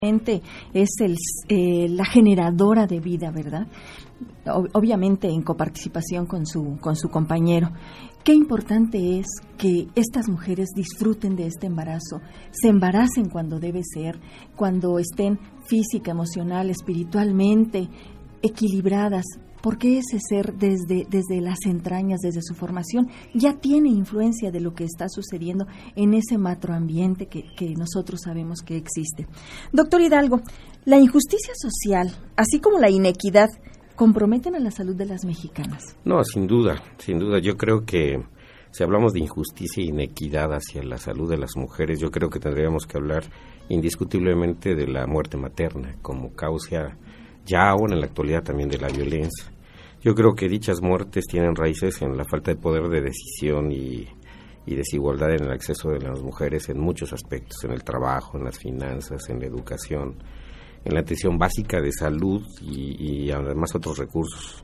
Es la generadora de vida, ¿verdad? Obviamente en coparticipación con su compañero. Qué importante es que estas mujeres disfruten de este embarazo, se embaracen cuando debe ser, cuando estén física, emocional, espiritualmente equilibradas, porque ese ser desde las entrañas, desde su formación, ya tiene influencia de lo que está sucediendo en ese macroambiente que nosotros sabemos que existe. Doctor Hidalgo, la injusticia social, así como la inequidad, ¿comprometen a la salud de las mexicanas? No, sin duda. Yo creo que si hablamos de injusticia e inequidad hacia la salud de las mujeres, yo creo que tendríamos que hablar indiscutiblemente de la muerte materna como causa ya ahora en la actualidad también de la violencia. Yo creo que dichas muertes tienen raíces en la falta de poder de decisión y desigualdad en el acceso de las mujeres en muchos aspectos, en el trabajo, en las finanzas, en la educación, en la atención básica de salud y además otros recursos.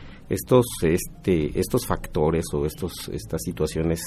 Estos factores o estas situaciones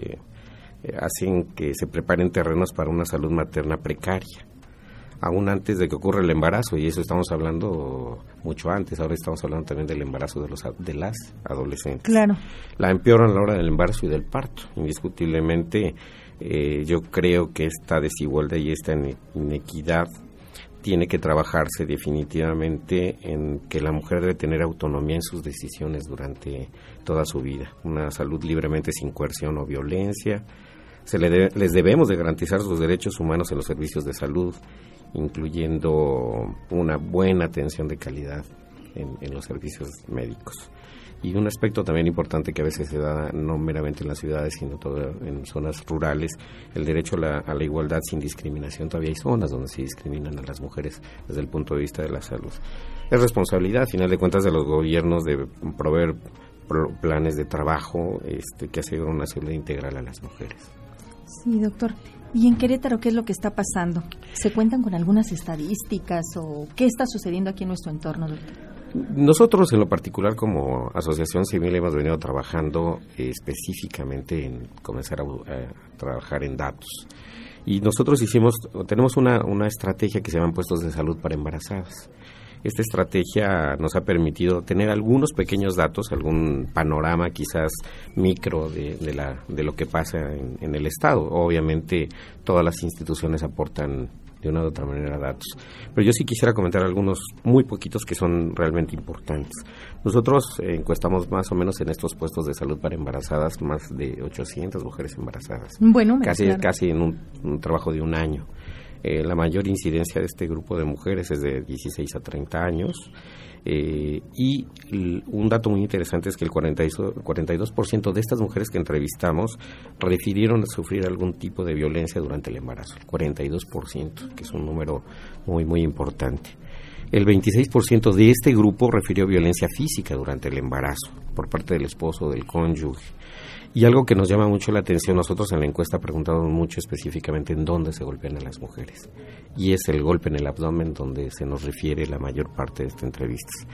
hacen que se preparen terrenos para una salud materna precaria, aún antes de que ocurra el embarazo, y eso estamos hablando mucho antes. Ahora estamos hablando también del embarazo de las adolescentes. Claro. La empeoran a la hora del embarazo y del parto, indiscutiblemente. Yo creo que esta desigualdad y esta inequidad tiene que trabajarse definitivamente en que la mujer debe tener autonomía en sus decisiones durante toda su vida, una salud libremente sin coerción o violencia. Les debemos de garantizar sus derechos humanos en los servicios de salud, incluyendo una buena atención de calidad en los servicios médicos. Y un aspecto también importante que a veces se da no meramente en las ciudades, sino todo en zonas rurales, el derecho a la igualdad sin discriminación. Todavía hay zonas donde se discriminan a las mujeres desde el punto de vista de la salud. Es responsabilidad, a final de cuentas, de los gobiernos de proveer planes de trabajo que aseguren una salud integral a las mujeres. Sí, doctor. ¿Y en Querétaro qué es lo que está pasando? ¿Se cuentan con algunas estadísticas o qué está sucediendo aquí en nuestro entorno, doctor? Nosotros en lo particular como asociación civil hemos venido trabajando específicamente en comenzar a trabajar en datos. Y nosotros tenemos una estrategia que se llama Puestos de Salud para Embarazadas. Esta estrategia nos ha permitido tener algunos pequeños datos, algún panorama quizás micro de lo que pasa en el Estado. Obviamente todas las instituciones aportan de una u otra manera datos, pero yo sí quisiera comentar algunos muy poquitos que son realmente importantes. Nosotros encuestamos más o menos en estos puestos de salud para embarazadas más de 800 mujeres embarazadas. Bueno, casi en un trabajo de un año. La mayor incidencia de este grupo de mujeres es de 16 a 30 años. Y un dato muy interesante es que el 42% de estas mujeres que entrevistamos refirieron a sufrir algún tipo de violencia durante el embarazo. El 42%, que es un número muy, muy importante. El 26% de este grupo refirió violencia física durante el embarazo por parte del esposo o del cónyuge. Y algo que nos llama mucho la atención, nosotros en la encuesta preguntamos mucho específicamente en dónde se golpean a las mujeres. Y es el golpe en el abdomen donde se nos refiere la mayor parte de estas entrevistas.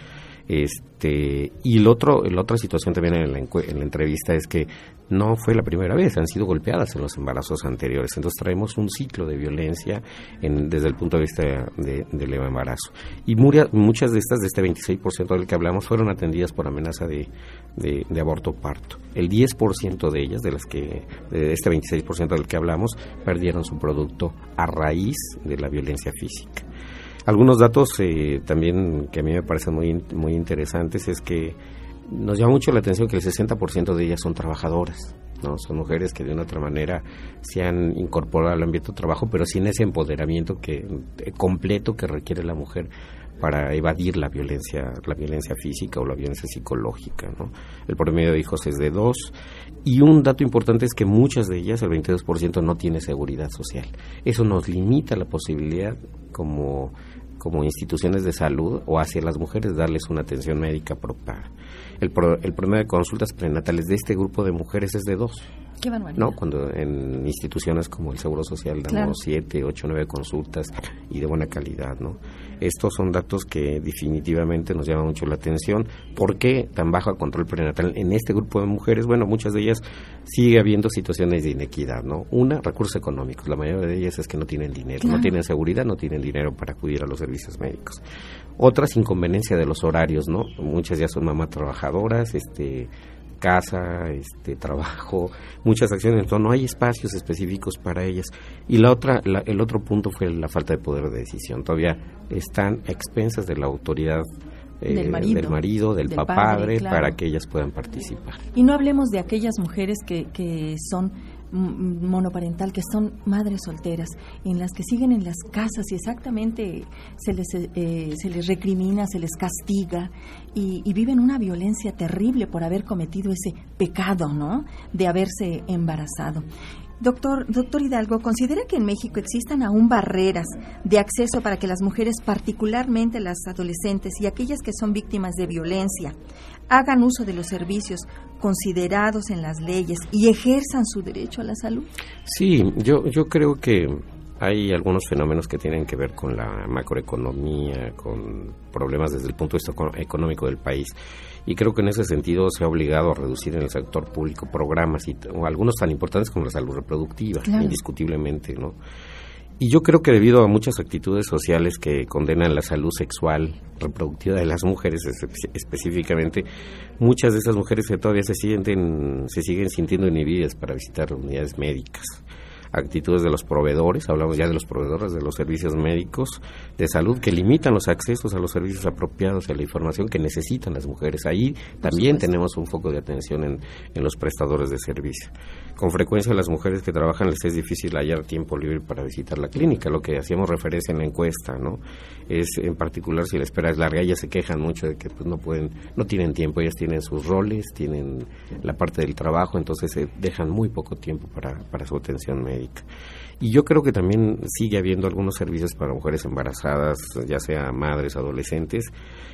Y la otra situación también en la entrevista es que no fue la primera vez, han sido golpeadas en los embarazos anteriores. Entonces traemos un ciclo de violencia desde el punto de vista del embarazo. Y muchas de estas, de este 26% del que hablamos, fueron atendidas por amenaza de aborto o parto. El 10% de ellas, de este 26% del que hablamos, perdieron su producto a raíz de la violencia física. Algunos datos también que a mí me parecen muy, muy interesantes es que nos llama mucho la atención que el 60% de ellas son trabajadoras, ¿no? Son mujeres que de una u otra manera se han incorporado al ámbito de trabajo, pero sin ese empoderamiento completo que requiere la mujer para evadir la violencia física o la violencia psicológica, ¿no? El promedio de hijos es de 2, y un dato importante es que muchas de ellas, el 22%, no tiene seguridad social. Eso nos limita la posibilidad como instituciones de salud o hacia las mujeres darles una atención médica apropiada. El promedio de consultas prenatales de este grupo de mujeres es de 2. Qué barbaridad. ¿No? Cuando en instituciones como el Seguro Social damos 7, 8, 9 consultas y de buena calidad, ¿no? Estos son datos que definitivamente nos llaman mucho la atención. ¿Por qué tan bajo el control prenatal en este grupo de mujeres? Bueno, muchas de ellas sigue habiendo situaciones de inequidad, ¿no? Una, recursos económicos. La mayoría de ellas es que no tienen dinero, claro. No tienen seguridad, no tienen dinero para acudir a los servicios médicos. Otras, inconveniencia de los horarios, ¿no? Muchas ya son mamás trabajadoras, casa, trabajo, muchas acciones, entonces no hay espacios específicos para ellas. Y el otro punto fue la falta de poder de decisión. Todavía están a expensas de la autoridad del marido, del padre, claro, para que ellas puedan participar. Y no hablemos de aquellas mujeres que son monoparental, que son madres solteras, en las que siguen en las casas y exactamente se les recrimina, se les castiga y viven una violencia terrible por haber cometido ese pecado, ¿no?, de haberse embarazado. Doctor Hidalgo, ¿considera que en México existan aún barreras de acceso para que las mujeres, particularmente las adolescentes y aquellas que son víctimas de violencia, hagan uso de los servicios considerados en las leyes y ejerzan su derecho a la salud? Sí, yo creo que hay algunos fenómenos que tienen que ver con la macroeconomía, con problemas desde el punto de vista económico del país. Y creo que en ese sentido se ha obligado a reducir en el sector público programas, o algunos tan importantes como la salud reproductiva, claro, indiscutiblemente, ¿no? Y yo creo que debido a muchas actitudes sociales que condenan la salud sexual reproductiva de las mujeres específicamente, muchas de esas mujeres que todavía se siguen sintiendo inhibidas para visitar unidades médicas. Actitudes de los proveedores, hablamos ya de los proveedores de los servicios médicos de salud que limitan los accesos a los servicios apropiados y a la información que necesitan las mujeres. Ahí también tenemos un foco de atención en los prestadores de servicio. Con frecuencia a las mujeres que trabajan les es difícil hallar tiempo libre para visitar la clínica, lo que hacíamos referencia en la encuesta, ¿no? Es en particular si la espera es larga, ellas se quejan mucho de que pues no tienen tiempo, ellas tienen sus roles, tienen la parte del trabajo, entonces dejan muy poco tiempo para su atención médica. Y yo creo que también sigue habiendo algunos servicios para mujeres embarazadas, ya sea madres, adolescentes,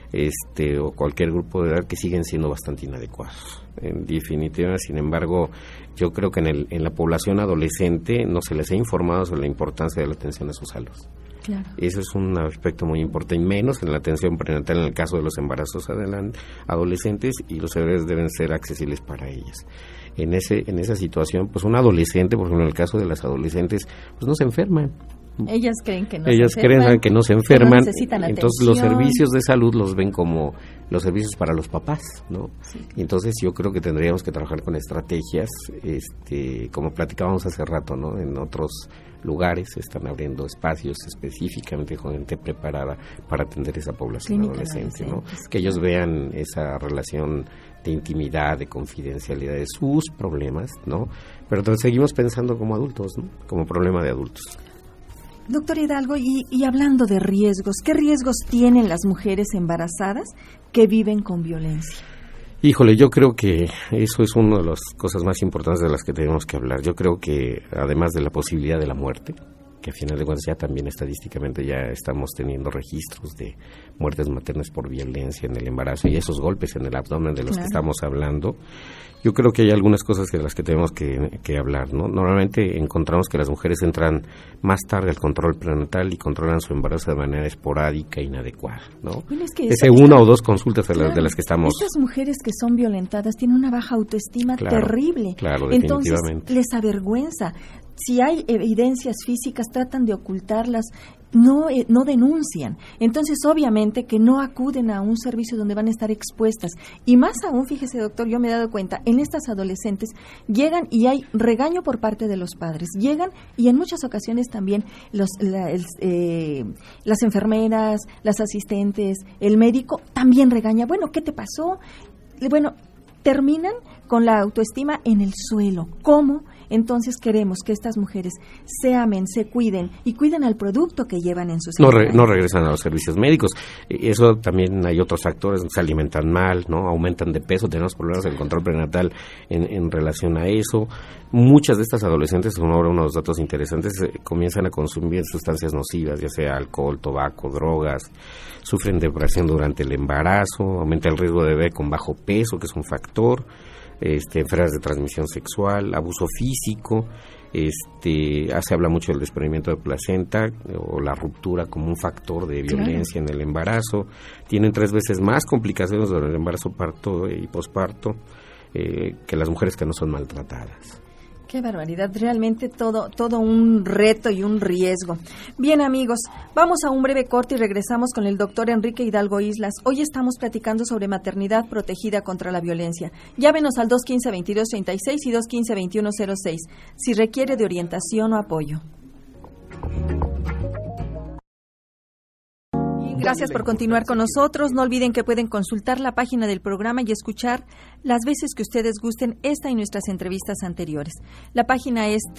o cualquier grupo de edad, que siguen siendo bastante inadecuados. En definitiva, sin embargo, yo creo que en la población adolescente no se les ha informado sobre la importancia de la atención a su salud. Claro. Eso es un aspecto muy importante, y menos en la atención prenatal en el caso de los embarazos adolescentes, y los servicios deben ser accesibles para ellas. En esa situación, pues un adolescente, por ejemplo, en el caso de las adolescentes, pues no se enferman. Ellas creen que no se enferman, necesitan atención. Entonces los servicios de salud los ven como los servicios para los papás, ¿no? Sí. Y entonces yo creo que tendríamos que trabajar con estrategias, como platicábamos hace rato, ¿no? En otros lugares están abriendo espacios específicamente con gente preparada para atender esa población adolescente, ¿no? Que ellos vean esa relación de intimidad, de confidencialidad de sus problemas, ¿no? Pero entonces seguimos pensando como adultos, ¿no? Como problema de adultos. Doctor Hidalgo, y hablando de riesgos, ¿qué riesgos tienen las mujeres embarazadas que viven con violencia? Híjole, yo creo que eso es una de las cosas más importantes de las que tenemos que hablar. Yo creo que además de la posibilidad de la muerte, que a final de cuentas ya también estadísticamente ya estamos teniendo registros de muertes maternas por violencia en el embarazo y esos golpes en el abdomen de los que estamos hablando, yo creo que hay algunas cosas de las que tenemos que hablar, ¿no? Normalmente encontramos que las mujeres entran más tarde al control prenatal y controlan su embarazo de manera esporádica e inadecuada, ¿no? Bueno, es una o dos consultas de las que estamos... Estas mujeres que son violentadas tienen una baja autoestima terrible. Claro, definitivamente. Entonces les avergüenza. Si hay evidencias físicas, tratan de ocultarlas, no denuncian. Entonces, obviamente, que no acuden a un servicio donde van a estar expuestas. Y más aún, fíjese, doctor, yo me he dado cuenta, en estas adolescentes llegan y hay regaño por parte de los padres. Llegan y en muchas ocasiones también las enfermeras, las asistentes, el médico también regaña. Bueno, ¿qué te pasó? Bueno, terminan con la autoestima en el suelo. ¿Cómo? Entonces queremos que estas mujeres se amen, se cuiden y cuiden al producto que llevan en sus vidas. No regresan a los servicios médicos. Eso también hay otros factores, se alimentan mal, ¿no? Aumentan de peso, tenemos problemas en el control prenatal en relación a eso. Muchas de estas adolescentes, según ahora unos datos interesantes, comienzan a consumir sustancias nocivas, ya sea alcohol, tabaco, drogas, sufren depresión durante el embarazo, aumenta el riesgo de bebé con bajo peso, que es un factor, enfermedades de transmisión sexual, abuso físico, Se habla mucho del desprendimiento de placenta o la ruptura como un factor de violencia en el embarazo. Tienen 3 veces más complicaciones durante el embarazo, parto y posparto que las mujeres que no son maltratadas. Qué barbaridad, realmente todo un reto y un riesgo. Bien, amigos, vamos a un breve corte y regresamos con el doctor Enrique Hidalgo Islas. Hoy estamos platicando sobre maternidad protegida contra la violencia. Llámenos al 215-2236 y 215-2106 si requiere de orientación o apoyo. Gracias por continuar con nosotros. No olviden que pueden consultar la página del programa y escuchar las veces que ustedes gusten esta y nuestras entrevistas anteriores. La página es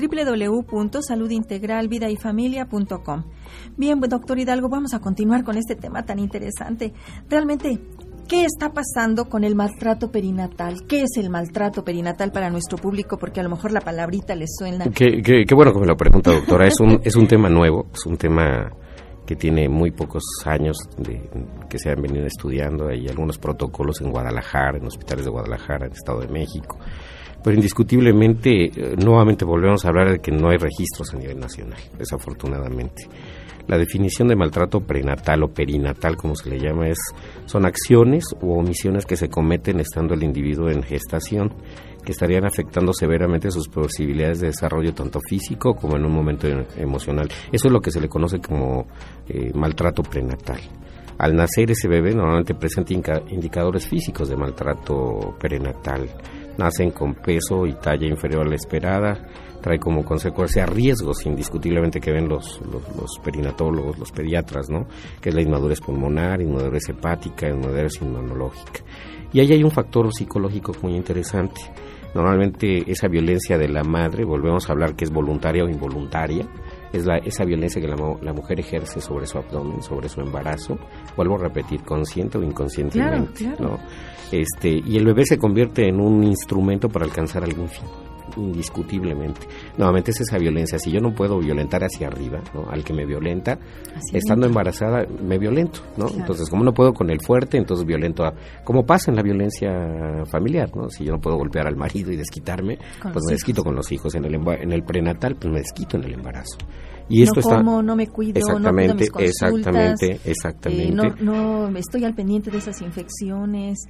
www.saludintegralvidayfamilia.com. Bien, doctor Hidalgo, vamos a continuar con este tema tan interesante. Realmente, ¿qué está pasando con el maltrato perinatal? ¿Qué es el maltrato perinatal para nuestro público? Porque a lo mejor la palabrita les suena. Qué bueno que me lo pregunta, doctora. Es un tema nuevo, es un tema que tiene muy pocos años que se han venido estudiando. Hay algunos protocolos en Guadalajara, en hospitales de Guadalajara, en Estado de México. Pero indiscutiblemente, nuevamente volvemos a hablar de que no hay registros a nivel nacional, desafortunadamente. La definición de maltrato prenatal o perinatal, como se le llama, son acciones u omisiones que se cometen estando el individuo en gestación, que estarían afectando severamente sus posibilidades de desarrollo tanto físico como en un momento emocional. Eso es lo que se le conoce como maltrato prenatal. Al nacer ese bebé normalmente presenta indicadores físicos de maltrato prenatal. Nacen con peso y talla inferior a la esperada, trae como consecuencia riesgos indiscutiblemente que ven los perinatólogos, los pediatras, ¿no? Que es la inmadurez pulmonar, inmadurez hepática, inmadurez inmunológica. Y ahí hay un factor psicológico muy interesante. Normalmente esa violencia de la madre, volvemos a hablar que es voluntaria o involuntaria, es esa violencia que la mujer ejerce sobre su abdomen, sobre su embarazo, vuelvo a repetir, consciente o inconscientemente, claro. ¿No? Y el bebé se convierte en un instrumento para alcanzar algún fin, indiscutiblemente. Nuevamente es esa violencia. Si yo no puedo violentar hacia arriba, ¿no? Al que me violenta, estando embarazada me violento, ¿no? Claro. Entonces, como no puedo con el fuerte, entonces violento como pasa en la violencia familiar, ¿no? Si yo no puedo golpear al marido y desquitarme, pues me desquito con los hijos. En el prenatal, pues me desquito en el embarazo. Y esto no me cuido, no cuido mis consultas, exactamente. No estoy al pendiente de esas infecciones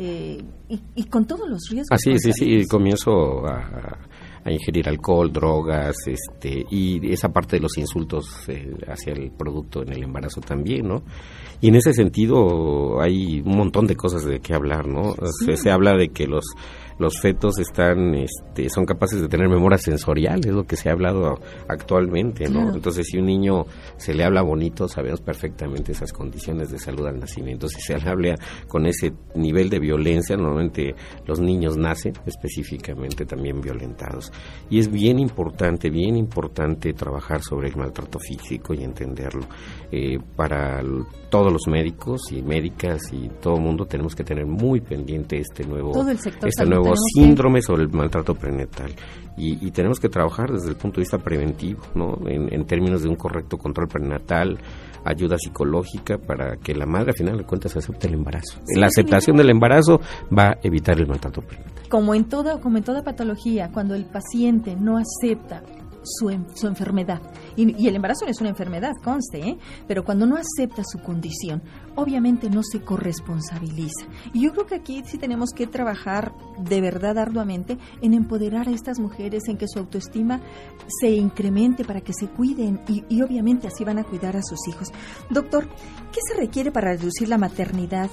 y con todos los riesgos. Así, sí, comienzo a ingerir alcohol, drogas, y esa parte de los insultos hacia el producto en el embarazo también, ¿no? Y en ese sentido hay un montón de cosas de qué hablar, ¿no? Sí. Se habla de que los fetos son capaces de tener memoria sensorial, es lo que se ha hablado actualmente, ¿no? Claro. Entonces, si un niño se le habla bonito, sabemos perfectamente esas condiciones de salud al nacimiento. Si se le habla con ese nivel de violencia, normalmente los niños nacen específicamente también violentados. Y es bien importante trabajar sobre el maltrato físico y entenderlo. Para todos los médicos y médicas y todo el mundo tenemos que tener muy pendiente todo el sector nuevo síndrome sobre el maltrato prenatal y tenemos que trabajar desde el punto de vista preventivo, ¿no? En términos de un correcto control prenatal, ayuda psicológica para que la madre, a final de cuentas, acepte el embarazo. Sí, la aceptación del embarazo va a evitar el maltrato prenatal. Como en toda patología, cuando el paciente no acepta su enfermedad, y el embarazo no es una enfermedad, conste, pero cuando no acepta su condición, obviamente no se corresponsabiliza. Y yo creo que aquí sí tenemos que trabajar de verdad arduamente en empoderar a estas mujeres, en que su autoestima se incremente para que se cuiden y obviamente así van a cuidar a sus hijos. Doctor, ¿qué se requiere para reducir la maternidad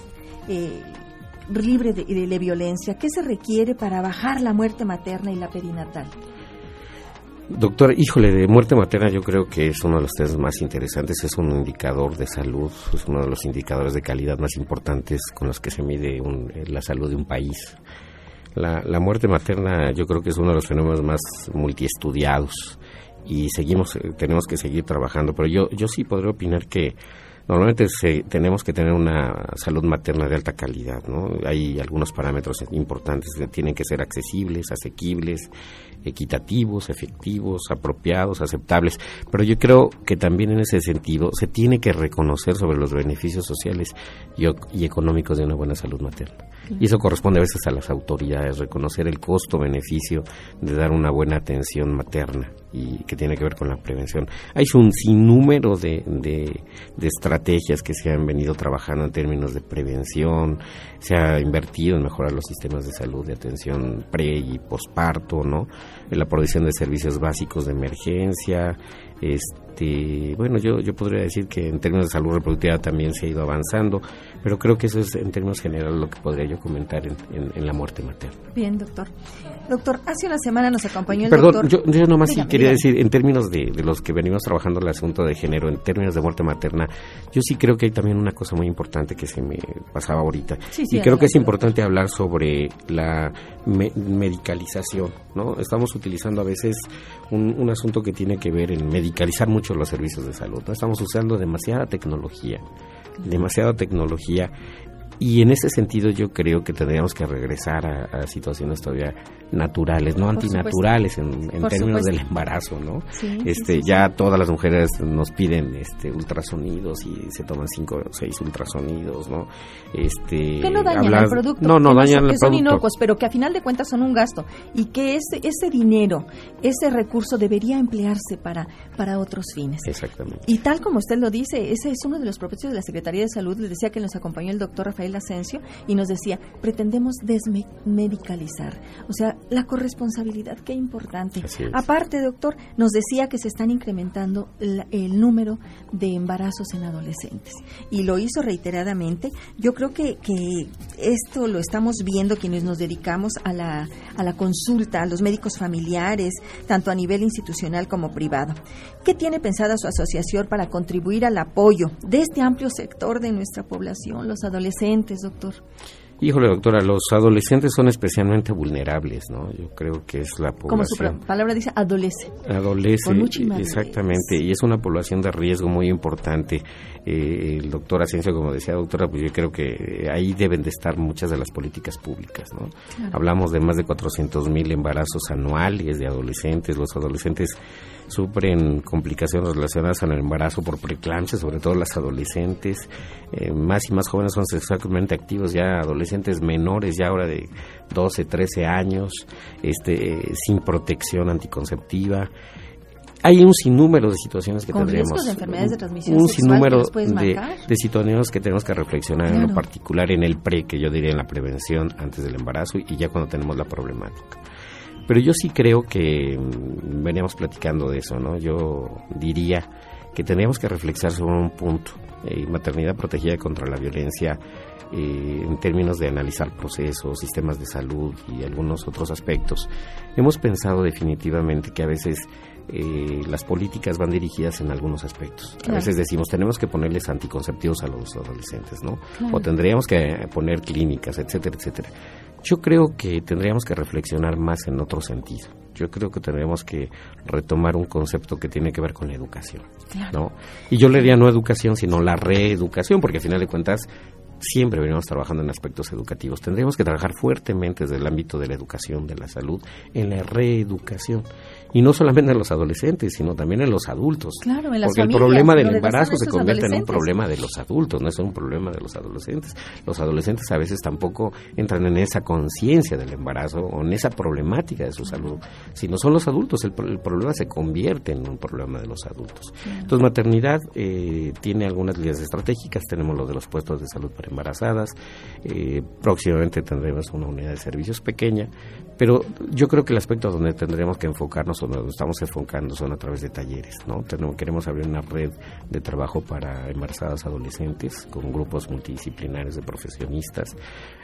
libre de violencia? ¿Qué se requiere para bajar la muerte materna y la perinatal? Doctor, de muerte materna yo creo que es uno de los temas más interesantes, es un indicador de salud, es uno de los indicadores de calidad más importantes con los que se mide la salud de un país. La muerte materna yo creo que es uno de los fenómenos más multiestudiados y tenemos que seguir trabajando, pero yo sí podría opinar que normalmente tenemos que tener una salud materna de alta calidad, ¿no? Hay algunos parámetros importantes que tienen que ser accesibles, asequibles, equitativos, efectivos, apropiados, aceptables, pero yo creo que también en ese sentido se tiene que reconocer sobre los beneficios sociales y económicos de una buena salud materna. Y eso corresponde a veces a las autoridades, reconocer el costo-beneficio de dar una buena atención materna y que tiene que ver con la prevención. Hay un sinnúmero de estrategias que se han venido trabajando en términos de prevención, se ha invertido en mejorar los sistemas de salud de atención pre y posparto, ¿no? En la provisión de servicios básicos de emergencia. Bueno, yo podría decir que en términos de salud reproductiva también se ha ido avanzando, pero creo que eso es en términos generales lo que podría yo comentar en la muerte materna. Bien, doctor. Doctor, hace una semana nos acompañó el doctor... Perdón, yo nomás sí quería decir, en términos de los que venimos trabajando el asunto de género, en términos de muerte materna, yo sí creo que hay también una cosa muy importante que se me pasaba ahorita. Sí, y creo que es importante hablar sobre la medicalización, ¿no? Estamos utilizando a veces un asunto que tiene que ver en medicalizar mucho los servicios de salud, ¿no? Estamos usando demasiada tecnología, y en ese sentido yo creo que tendríamos que regresar a situaciones todavía naturales, no antinaturales en términos del embarazo, ¿no? Sí, ya todas las mujeres nos piden ultrasonidos y se toman 5 o 6 ultrasonidos, ¿no? Que no dañan el producto, no dañan el producto, que son inocuos, pero que a final de cuentas son un gasto y que ese dinero, ese recurso debería emplearse para otros fines. Exactamente. Y tal como usted lo dice, ese es uno de los propósitos de la Secretaría de Salud. Les decía que nos acompañó el doctor Rafael Asensio y nos decía, pretendemos desmedicalizar, o sea, la corresponsabilidad, qué importante. Aparte, doctor, nos decía que se están incrementando el número de embarazos en adolescentes y lo hizo reiteradamente. Yo creo que esto lo estamos viendo quienes nos dedicamos a la consulta, a los médicos familiares, tanto a nivel institucional como privado. ¿Qué tiene pensada su asociación para contribuir al apoyo de este amplio sector de nuestra población, los adolescentes, doctor? Híjole, doctora, los adolescentes son especialmente vulnerables, ¿no? Yo creo que es la población... Como su palabra dice, adolece. Con mucha inmadurez. Exactamente, y es una población de riesgo muy importante. El doctor Asensio, como decía, doctora, pues yo creo que ahí deben de estar muchas de las políticas públicas, ¿no? Claro. Hablamos de más de 400,000 embarazos anuales de adolescentes. Los adolescentes sufren complicaciones relacionadas con el embarazo por preeclampsia, sobre todo las adolescentes. Más y más jóvenes son sexualmente activos, ya adolescentes menores, ya ahora de 12, 13 años, sin protección anticonceptiva. Hay un sinnúmero de situaciones que tendremos. Con riesgos de enfermedades de transmisión sexual que nos puedes marcar. De situaciones que tenemos que reflexionar, claro, en lo particular en el que yo diría en la prevención antes del embarazo y ya cuando tenemos la problemática. Pero yo sí creo que veníamos platicando de eso, ¿no? Yo diría que tendríamos que reflexionar sobre un punto. Maternidad protegida contra la violencia, en términos de analizar procesos, sistemas de salud y algunos otros aspectos. Hemos pensado definitivamente que a veces las políticas van dirigidas en algunos aspectos. Claro. A veces decimos, tenemos que ponerles anticonceptivos a los adolescentes, ¿no? Claro. O tendríamos que poner clínicas, etcétera, etcétera. Yo creo que tendríamos que reflexionar más en otro sentido. Yo creo que tendríamos que retomar un concepto que tiene que ver con la educación, claro, ¿no? Y yo le diría no educación, sino la reeducación, porque al final de cuentas siempre venimos trabajando en aspectos educativos. Tendríamos que trabajar fuertemente desde el ámbito de la educación, de la salud, en la reeducación. Y no solamente en los adolescentes, sino también en los adultos. Claro, en las porque familias, el problema del embarazo se convierte en un problema de los adultos, no es un problema de los adolescentes. Los adolescentes a veces tampoco entran en esa conciencia del embarazo o en esa problemática de su salud, sino son los adultos. El problema se convierte en un problema de los adultos. Entonces, maternidad tiene algunas líneas estratégicas. Tenemos lo de los puestos de salud para embarazadas. Próximamente tendremos una unidad de servicios pequeña, pero yo creo que el aspecto donde tendremos que enfocarnos o donde estamos enfocando son a través de talleres, ¿no? Queremos abrir una red de trabajo para embarazadas adolescentes con grupos multidisciplinarios de profesionistas,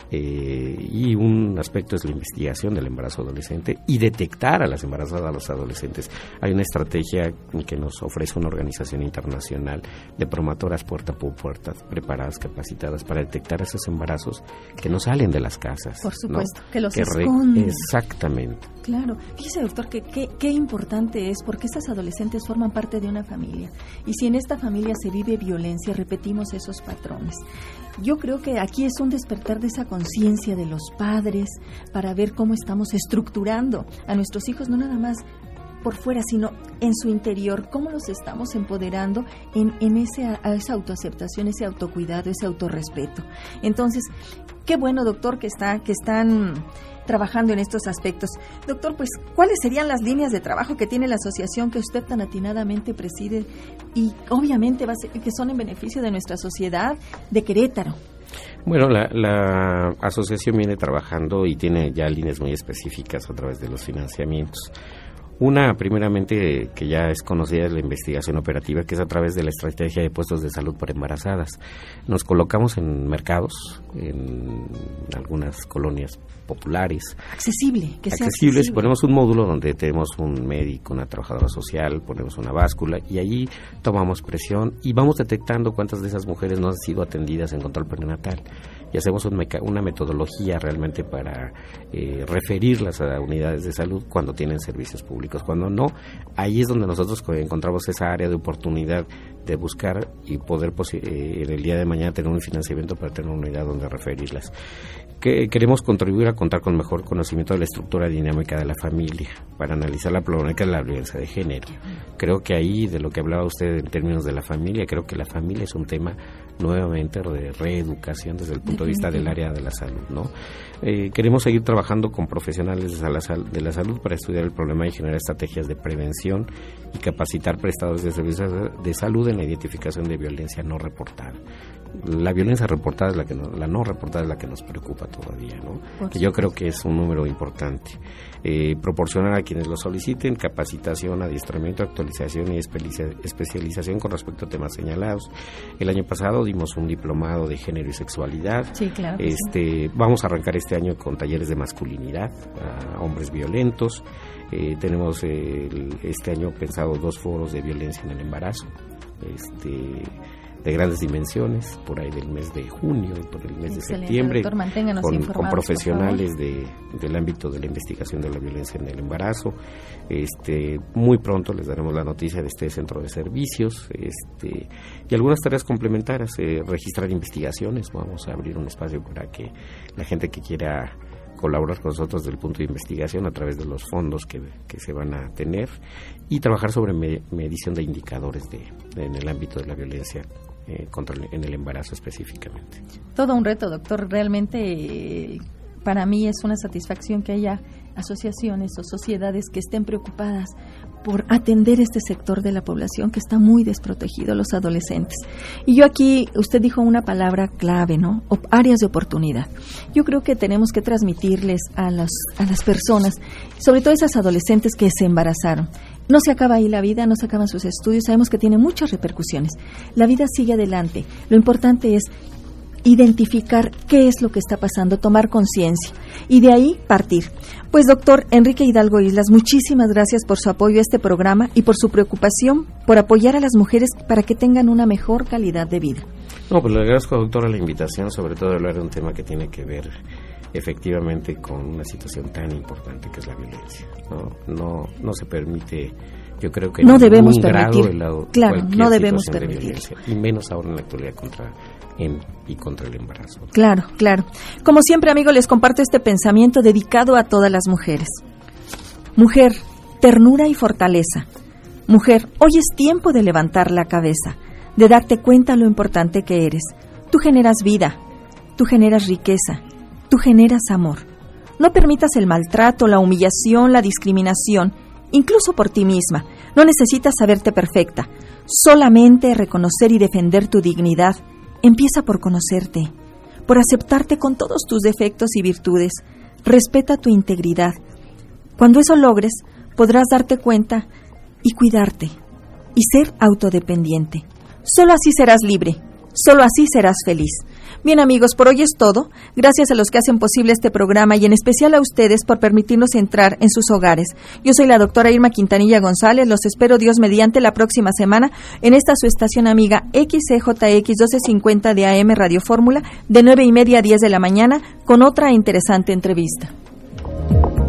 y un aspecto es la investigación del embarazo adolescente y detectar a las embarazadas a los adolescentes. Hay una estrategia que nos ofrece una organización internacional de promotoras puerta por puerta, preparadas, capacitadas para detectar esos embarazos que no salen de las casas. Por supuesto, ¿no? Que los esconden. Exactamente. Claro. Fíjese, doctor, que qué importante es, porque estas adolescentes forman parte de una familia. Y si en esta familia se vive violencia, repetimos esos patrones. Yo creo que aquí es un despertar de esa conciencia de los padres para ver cómo estamos estructurando a nuestros hijos, no nada más por fuera, sino en su interior, cómo los estamos empoderando en esa autoaceptación, ese autocuidado, ese autorrespeto. Entonces, qué bueno, doctor, que están trabajando en estos aspectos. Doctor, pues, ¿cuáles serían las líneas de trabajo que tiene la asociación que usted tan atinadamente preside y obviamente que son en beneficio de nuestra sociedad de Querétaro? Bueno, la asociación viene trabajando y tiene ya líneas muy específicas a través de los financiamientos. Una, primeramente, que ya es conocida, es la investigación operativa, que es a través de la estrategia de puestos de salud para embarazadas. Nos colocamos en mercados, en algunas colonias populares. Accesibles. Ponemos un módulo donde tenemos un médico, una trabajadora social, ponemos una báscula y allí tomamos presión y vamos detectando cuántas de esas mujeres no han sido atendidas en control prenatal. Y hacemos una metodología realmente para referirlas a unidades de salud cuando tienen servicios públicos. Cuando no, ahí es donde nosotros encontramos esa área de oportunidad de buscar y poder en el día de mañana tener un financiamiento para tener una unidad donde referirlas. Queremos contribuir a contar con mejor conocimiento de la estructura dinámica de la familia para analizar la problemática de la violencia de género. Creo que ahí, de lo que hablaba usted en términos de la familia, creo que la familia es un tema nuevamente de reeducación desde el punto de vista del área de la salud, ¿no? Queremos seguir trabajando con profesionales de la salud para estudiar el problema y generar estrategias de prevención y capacitar prestadores de servicios de salud en la identificación de violencia no reportada. La violencia reportada es la no reportada es la que nos preocupa todavía, ¿no? Que yo creo que es un número importante. Proporcionar a quienes lo soliciten capacitación, adiestramiento, actualización y especialización con respecto a temas señalados. El año pasado dimos un diplomado de género y sexualidad. Sí, claro. Vamos a arrancar este año con talleres de masculinidad a hombres violentos. Tenemos este año pensado 2 foros de violencia en el embarazo. De grandes dimensiones, por ahí del mes de junio y por el mes de septiembre, doctor, con profesionales del ámbito de la investigación de la violencia en el embarazo. Muy pronto les daremos la noticia de este centro de servicios y algunas tareas complementarias, registrar investigaciones. Vamos a abrir un espacio para que la gente que quiera colaborar con nosotros desde el punto de investigación a través de los fondos que se van a tener y trabajar sobre medición de indicadores en el ámbito de la violencia en el embarazo específicamente. Todo un reto, doctor. Realmente para mí es una satisfacción que haya asociaciones o sociedades que estén preocupadas por atender este sector de la población que está muy desprotegido, los adolescentes. Y yo aquí, usted dijo una palabra clave, ¿no? Áreas de oportunidad. Yo creo que tenemos que transmitirles a las personas, sobre todo esas adolescentes que se embarazaron. No se acaba ahí la vida, no se acaban sus estudios, sabemos que tiene muchas repercusiones. La vida sigue adelante. Lo importante es identificar qué es lo que está pasando, tomar conciencia y de ahí partir. Pues doctor Enrique Hidalgo Islas, muchísimas gracias por su apoyo a este programa y por su preocupación por apoyar a las mujeres para que tengan una mejor calidad de vida. No, pues le agradezco, doctora, la invitación, sobre todo de hablar de un tema que tiene que ver efectivamente con una situación tan importante que es la violencia. No se permite, yo creo que no debemos permitir, claro, no debemos permitir violencia, y menos ahora en la actualidad contra el embarazo. Claro. Como siempre, amigos, les comparto este pensamiento dedicado a todas las mujeres. Mujer, ternura y fortaleza. Mujer, hoy es tiempo de levantar la cabeza, de darte cuenta lo importante que eres. Tú generas vida, tú generas riqueza, tú generas amor. No permitas el maltrato, la humillación, la discriminación, incluso por ti misma. No necesitas saberte perfecta, solamente reconocer y defender tu dignidad. Empieza por conocerte, por aceptarte con todos tus defectos y virtudes. Respeta tu integridad. Cuando eso logres, podrás darte cuenta y cuidarte y ser autodependiente. Solo así serás libre, solo así serás feliz. Bien, amigos, por hoy es todo. Gracias a los que hacen posible este programa y en especial a ustedes por permitirnos entrar en sus hogares. Yo soy la doctora Irma Quintanilla González. Los espero, Dios mediante, la próxima semana en esta su estación amiga XCJX 1250 de AM Radio Fórmula de 9:30 a 10 de la mañana con otra interesante entrevista.